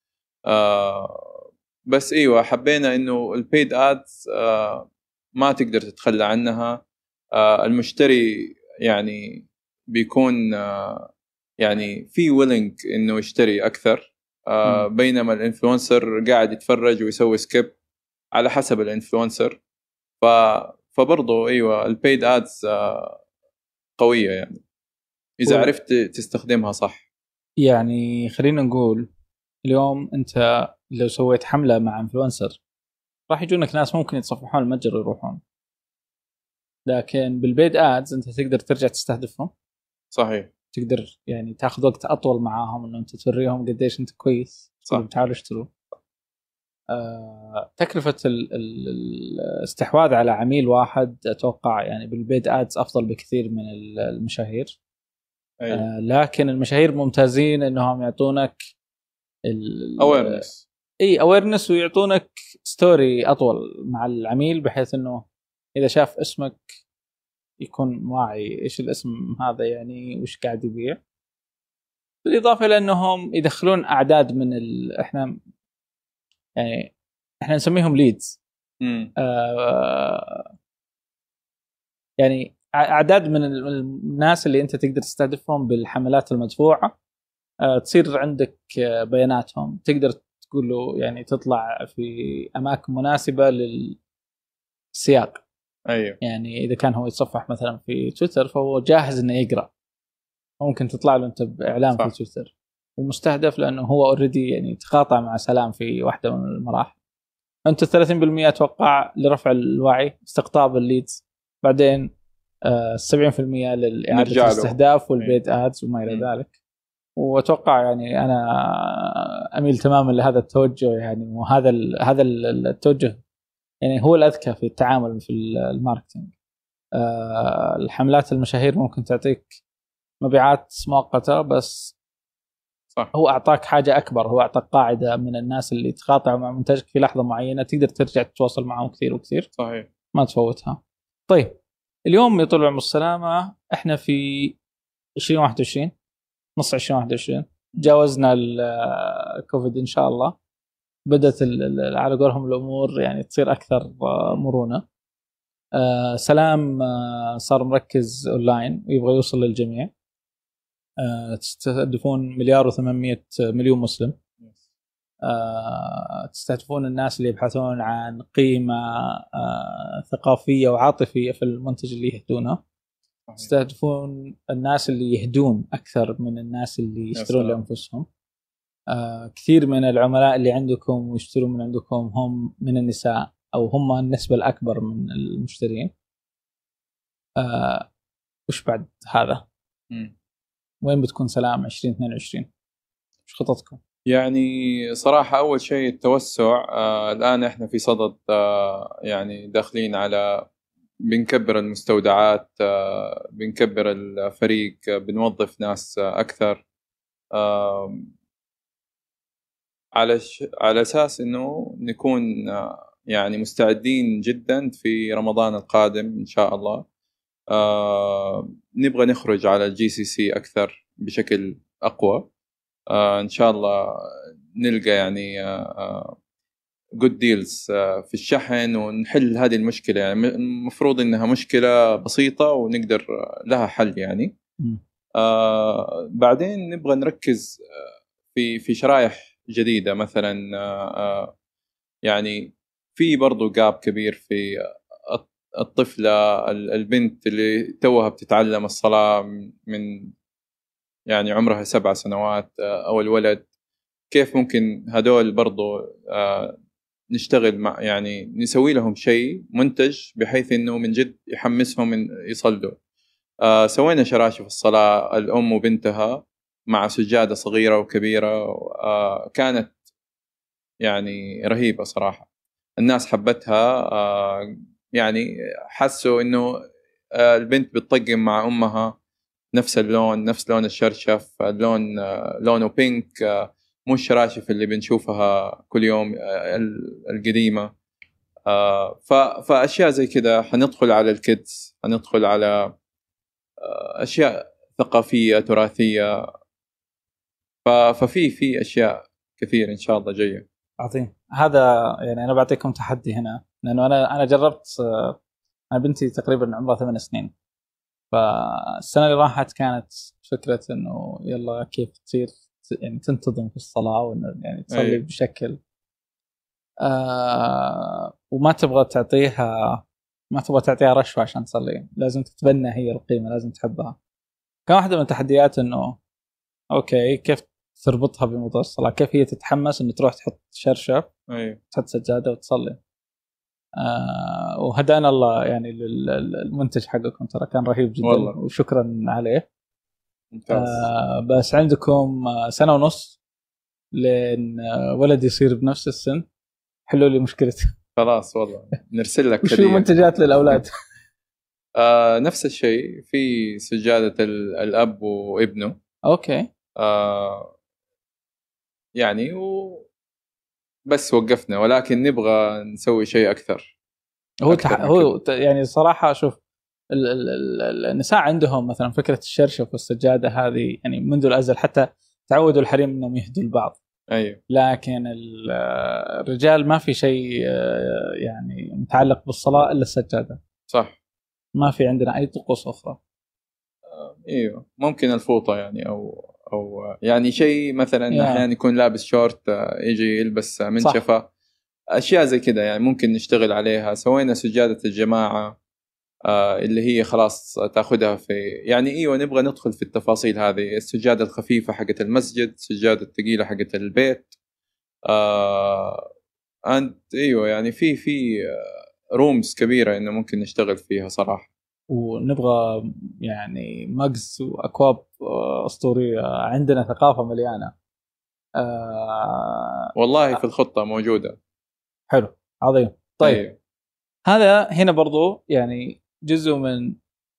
B: آه بس ايوه حبينا انه البيد ادز آه ما تقدر تتخلى عنها. آه المشتري يعني بيكون آه يعني في ويلينج انه يشتري اكثر، آه بينما الانفلونسر قاعد يتفرج ويسوي سكيب على حسب الانفلونسر. ف فبرضه ايوه البيد ادز آه قويه يعني اذا عرفت تستخدمها صح.
A: يعني خلينا نقول اليوم انت لو سويت حملة مع انفلونسر راح يجونك ناس ممكن يتصفحون المتجر ويروحون، لكن بالبيد ادز انت تقدر ترجع تستهدفهم.
B: صحيح.
A: تقدر يعني تاخذ وقت اطول معاهم انه انت توريهم قديش انت كويس.
B: صح.
A: تعالوا اشتروا. آه، تكلفة الاستحواذ على عميل واحد اتوقع يعني بالبيد ادز افضل بكثير من المشاهير.
B: أيوة.
A: آه، لكن المشاهير ممتازين انهم يعطونك
B: awareness.
A: اي awareness ويعطونك ستوري اطول مع العميل، بحيث انه اذا شاف اسمك يكون واعي ايش الاسم هذا يعني وش قاعد يبيع. بالاضافه الى انهم يدخلون اعداد من ال... احنا يعني احنا نسميهم ليدز. آه يعني اعداد من الناس اللي انت تقدر تستهدفهم بالحملات المدفوعه. آه تصير عندك بياناتهم، تقدر تقول له يعني تطلع في اماكن مناسبه للسياق.
B: ايوه
A: يعني اذا كان هو يتصفح مثلا في تويتر فهو جاهز انه يقرا، ممكن تطلع له انت باعلان في تويتر ومستهدف لانه هو اوريدي يعني تقاطع مع سلام في واحده من المراحل. انت ثلاثين بالمية اتوقع لرفع الوعي استقطاب الليدز، بعدين آه سبعين بالمية للاعاده الاستهداف والبيد ادز وما الى ذلك. واتوقع يعني انا اميل تماما لهذا التوجه يعني، وهذا هذا التوجه يعني هو الأذكى في التعامل في الماركتينج. أه الحملات المشاهير ممكن تعطيك مبيعات مؤقتة، بس
B: صح.
A: هو أعطاك حاجة أكبر، هو أعطاك قاعدة من الناس اللي تقاطعوا مع منتجك في لحظة معينة تقدر ترجع تتواصل معهم كثير وكثير.
B: صحيح.
A: ما تفوتها. طيب اليوم يطول العمر السلامة احنا في عشرين واحد وعشرين، نص عشرين واحد وعشرين، جاوزنا الكوفيد إن شاء الله، بدأت على قولهم الأمور يعني تصير أكثر مرونة. آه سلام آه صار مركز أونلاين ويبغى يوصل للجميع. آه تستهدفون مليار وثمانمائة مليون مسلم. آه، تستهدفون الناس اللي يبحثون عن قيمة آه، ثقافية وعاطفية في المنتج اللي يهدونه. تستهدفون الناس اللي يهدون أكثر من الناس اللي يشترون لأنفسهم. آه، كثير من العملاء اللي عندكم ويشترون من عندكم هم من النساء، أو هم النسبة الأكبر من المشترين. آه، وش بعد هذا؟ م. وين بتكون سلام عشرين اثنين وعشرين؟ وش خططكم؟
B: يعني صراحة أول شيء التوسع. آه الآن إحنا في صدد آه يعني داخلين على بنكبر المستودعات، آه بنكبر الفريق، آه بنوظف ناس آه أكثر، آه على ش... على أساس إنه نكون آه يعني مستعدين جدا في رمضان القادم إن شاء الله. آه نبغى نخرج على الجي سي سي أكثر بشكل أقوى. آه إن شاء الله نلقى يعني آه جود ديلز آه في الشحن ونحل هذه المشكلة. يعني المفروض إنها مشكلة بسيطة ونقدر لها حل يعني. آه بعدين نبغى نركز في في شرائح جديدة مثلا. آه يعني في برضو جاب كبير في الطفلة البنت اللي توها بتتعلم الصلاة من يعني عمرها سبع سنوات، أو الولد. كيف ممكن هدول برضو نشتغل مع يعني نسوي لهم شيء منتج بحيث إنه من جد يحمسهم إن يصلوا. سوينا شراشف الصلاة الأم وبنتها مع سجادة صغيرة وكبيرة، كانت يعني رهيبة صراحة. الناس حبتها، يعني حسوا إنه البنت بتطقم مع أمها نفس اللون، نفس لون الشرشف، اللون لونه بينك، مو الشراشف اللي بنشوفها كل يوم القديمة. فأشياء زي كده حندخل على الكيدز، حندخل على أشياء ثقافية تراثية. ففي في أشياء كثير إن شاء الله جاية.
A: عظيم. هذا يعني أنا بعطيكم تحدي هنا، لأنه أنا أنا جربت. أنا بنتي تقريبا عمرها ثمان سنين، فالسنة اللي راحت كانت فكرة إنه يلا كيف تصير يعني تنتظم في الصلاة، وإنه يعني تصلي أيه. بشكل آه وما تبغى تعطيها ما تبغى تعطيها رشوة عشان تصلي، لازم تتبنى هي القيمة، لازم تحبها. كان واحدة من التحديات إنه أوكي كيف تربطها بموضوع الصلاة، كيف هي تتحمس إنه تروح تحط شرشف
B: أيه.
A: تحط سجادة وتصلي. آه وهدانا الله يعني المنتج حقكم ترى كان رهيب جدا والله. وشكرا عليه. آه بس عندكم سنة ونص لين ولد يصير بنفس السن، حلوا لي مشكلتي.
B: خلاص والله نرسل لك
A: وشو منتجات للأولاد؟
B: آه نفس الشيء، في سجادة الأب وابنه.
A: أوكي.
B: آه يعني و بس وقفنا، ولكن نبغى نسوي شيء أكثر.
A: هو أكثر تح... هو ت... يعني صراحة شوف ال... ال... ال... النساء عندهم مثلا فكرة الشرشف والسجادة هذه يعني منذ الأزل، حتى تعودوا الحريم إنهم يهدوا البعض.
B: أيوه.
A: لكن الرجال ما في شيء يعني متعلق بالصلاة إلا السجادة.
B: صح.
A: ما في عندنا أي طقوس أخرى.
B: ايوه ممكن الفوطه يعني، او او يعني شيء مثلا yeah. احيانا يكون لابس شورت يجي يلبس منشفه، اشياء زي كده يعني ممكن نشتغل عليها. سوينا سجاده الجماعه آه اللي هي خلاص تاخذها في يعني ايوه نبغى ندخل في التفاصيل هذه. السجاده الخفيفه حقت المسجد، السجاده الثقيله حقت البيت. آه انت ايوه يعني في في رومز كبيره انه ممكن نشتغل فيها صراحه.
A: ونبغى يعني مجز وأكواب أسطورية. عندنا ثقافة مليانة.
B: آه والله في الخطة موجودة.
A: حلو عظيم. طيب أيه. هذا هنا برضو يعني جزء من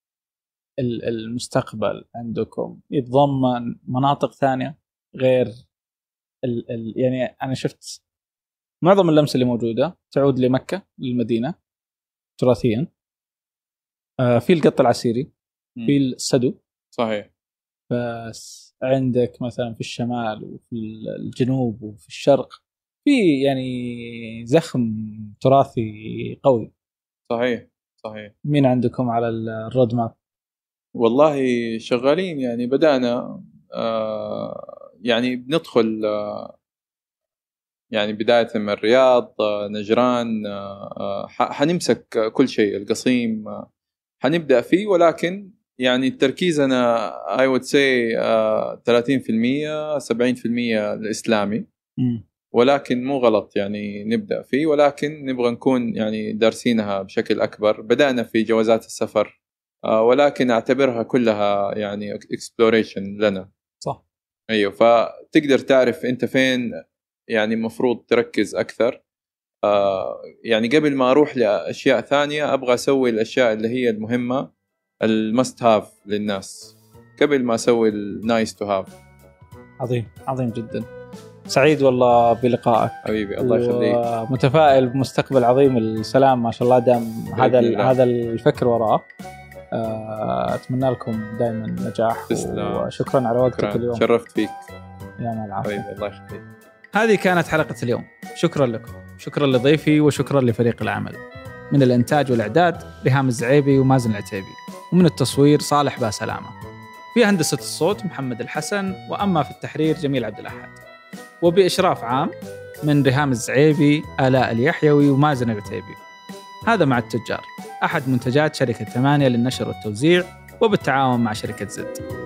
A: المستقبل عندكم يتضمن مناطق ثانية غير ال ال يعني أنا شفت معظم اللمسة اللي موجودة تعود لمكة للمدينة تراثيا. آه في القط العسيري، في السدو.
B: صحيح.
A: بس عندك مثلا في الشمال وفي الجنوب وفي الشرق في يعني زخم تراثي قوي.
B: صحيح صحيح.
A: مين عندكم على الرود ماب؟
B: والله شغالين يعني بدأنا آه يعني بندخل آه يعني بداية من الرياض، نجران، حنمسك كل شيء، القصيم حنبدأ فيه، ولكن يعني التركيز أنا I would say ثلاثين بالمئة سبعين بالمئة الإسلامي.
A: م.
B: ولكن مو غلط يعني نبدأ فيه، ولكن نبغى نكون يعني دارسينها بشكل أكبر. بدأنا في جوازات السفر، ولكن أعتبرها كلها يعني exploration لنا.
A: صح.
B: أيوه، فتقدر تعرف أنت فين يعني مفروض تركز أكثر. آه يعني قبل ما أروح لأشياء ثانية أبغى أسوي الأشياء اللي هي المهمة، المست هاف للناس، قبل ما أسوي النايس تو هاف.
A: عظيم عظيم جدا. سعيد والله بلقائك
B: حبيبي، الله يخليك.
A: متفائل بمستقبل عظيم. السلام ما شاء الله دام هذا هذا الفكر وراء. أتمنى لكم دائما نجاح.
B: تسلم.
A: وشكرا على وقتك
B: شكرا.
A: اليوم.
B: شرفت فيك
A: يا مال العافية.
B: حبيبي، الله يخليك.
A: هذه كانت حلقة اليوم. شكرا لكم، شكرا لضيفي، وشكرا لفريق العمل. من الإنتاج والإعداد ريهام الزعيبي ومازن العتيبي، ومن التصوير صالح باسلامة. في هندسة الصوت محمد الحسن، وأما في التحرير جميل عبد الأحد، وبإشراف عام من ريهام الزعيبي، آلاء اليحيوي، ومازن العتيبي. هذا مع التجار، أحد منتجات شركة ثمانية للنشر والتوزيع، وبالتعاون مع شركة زد.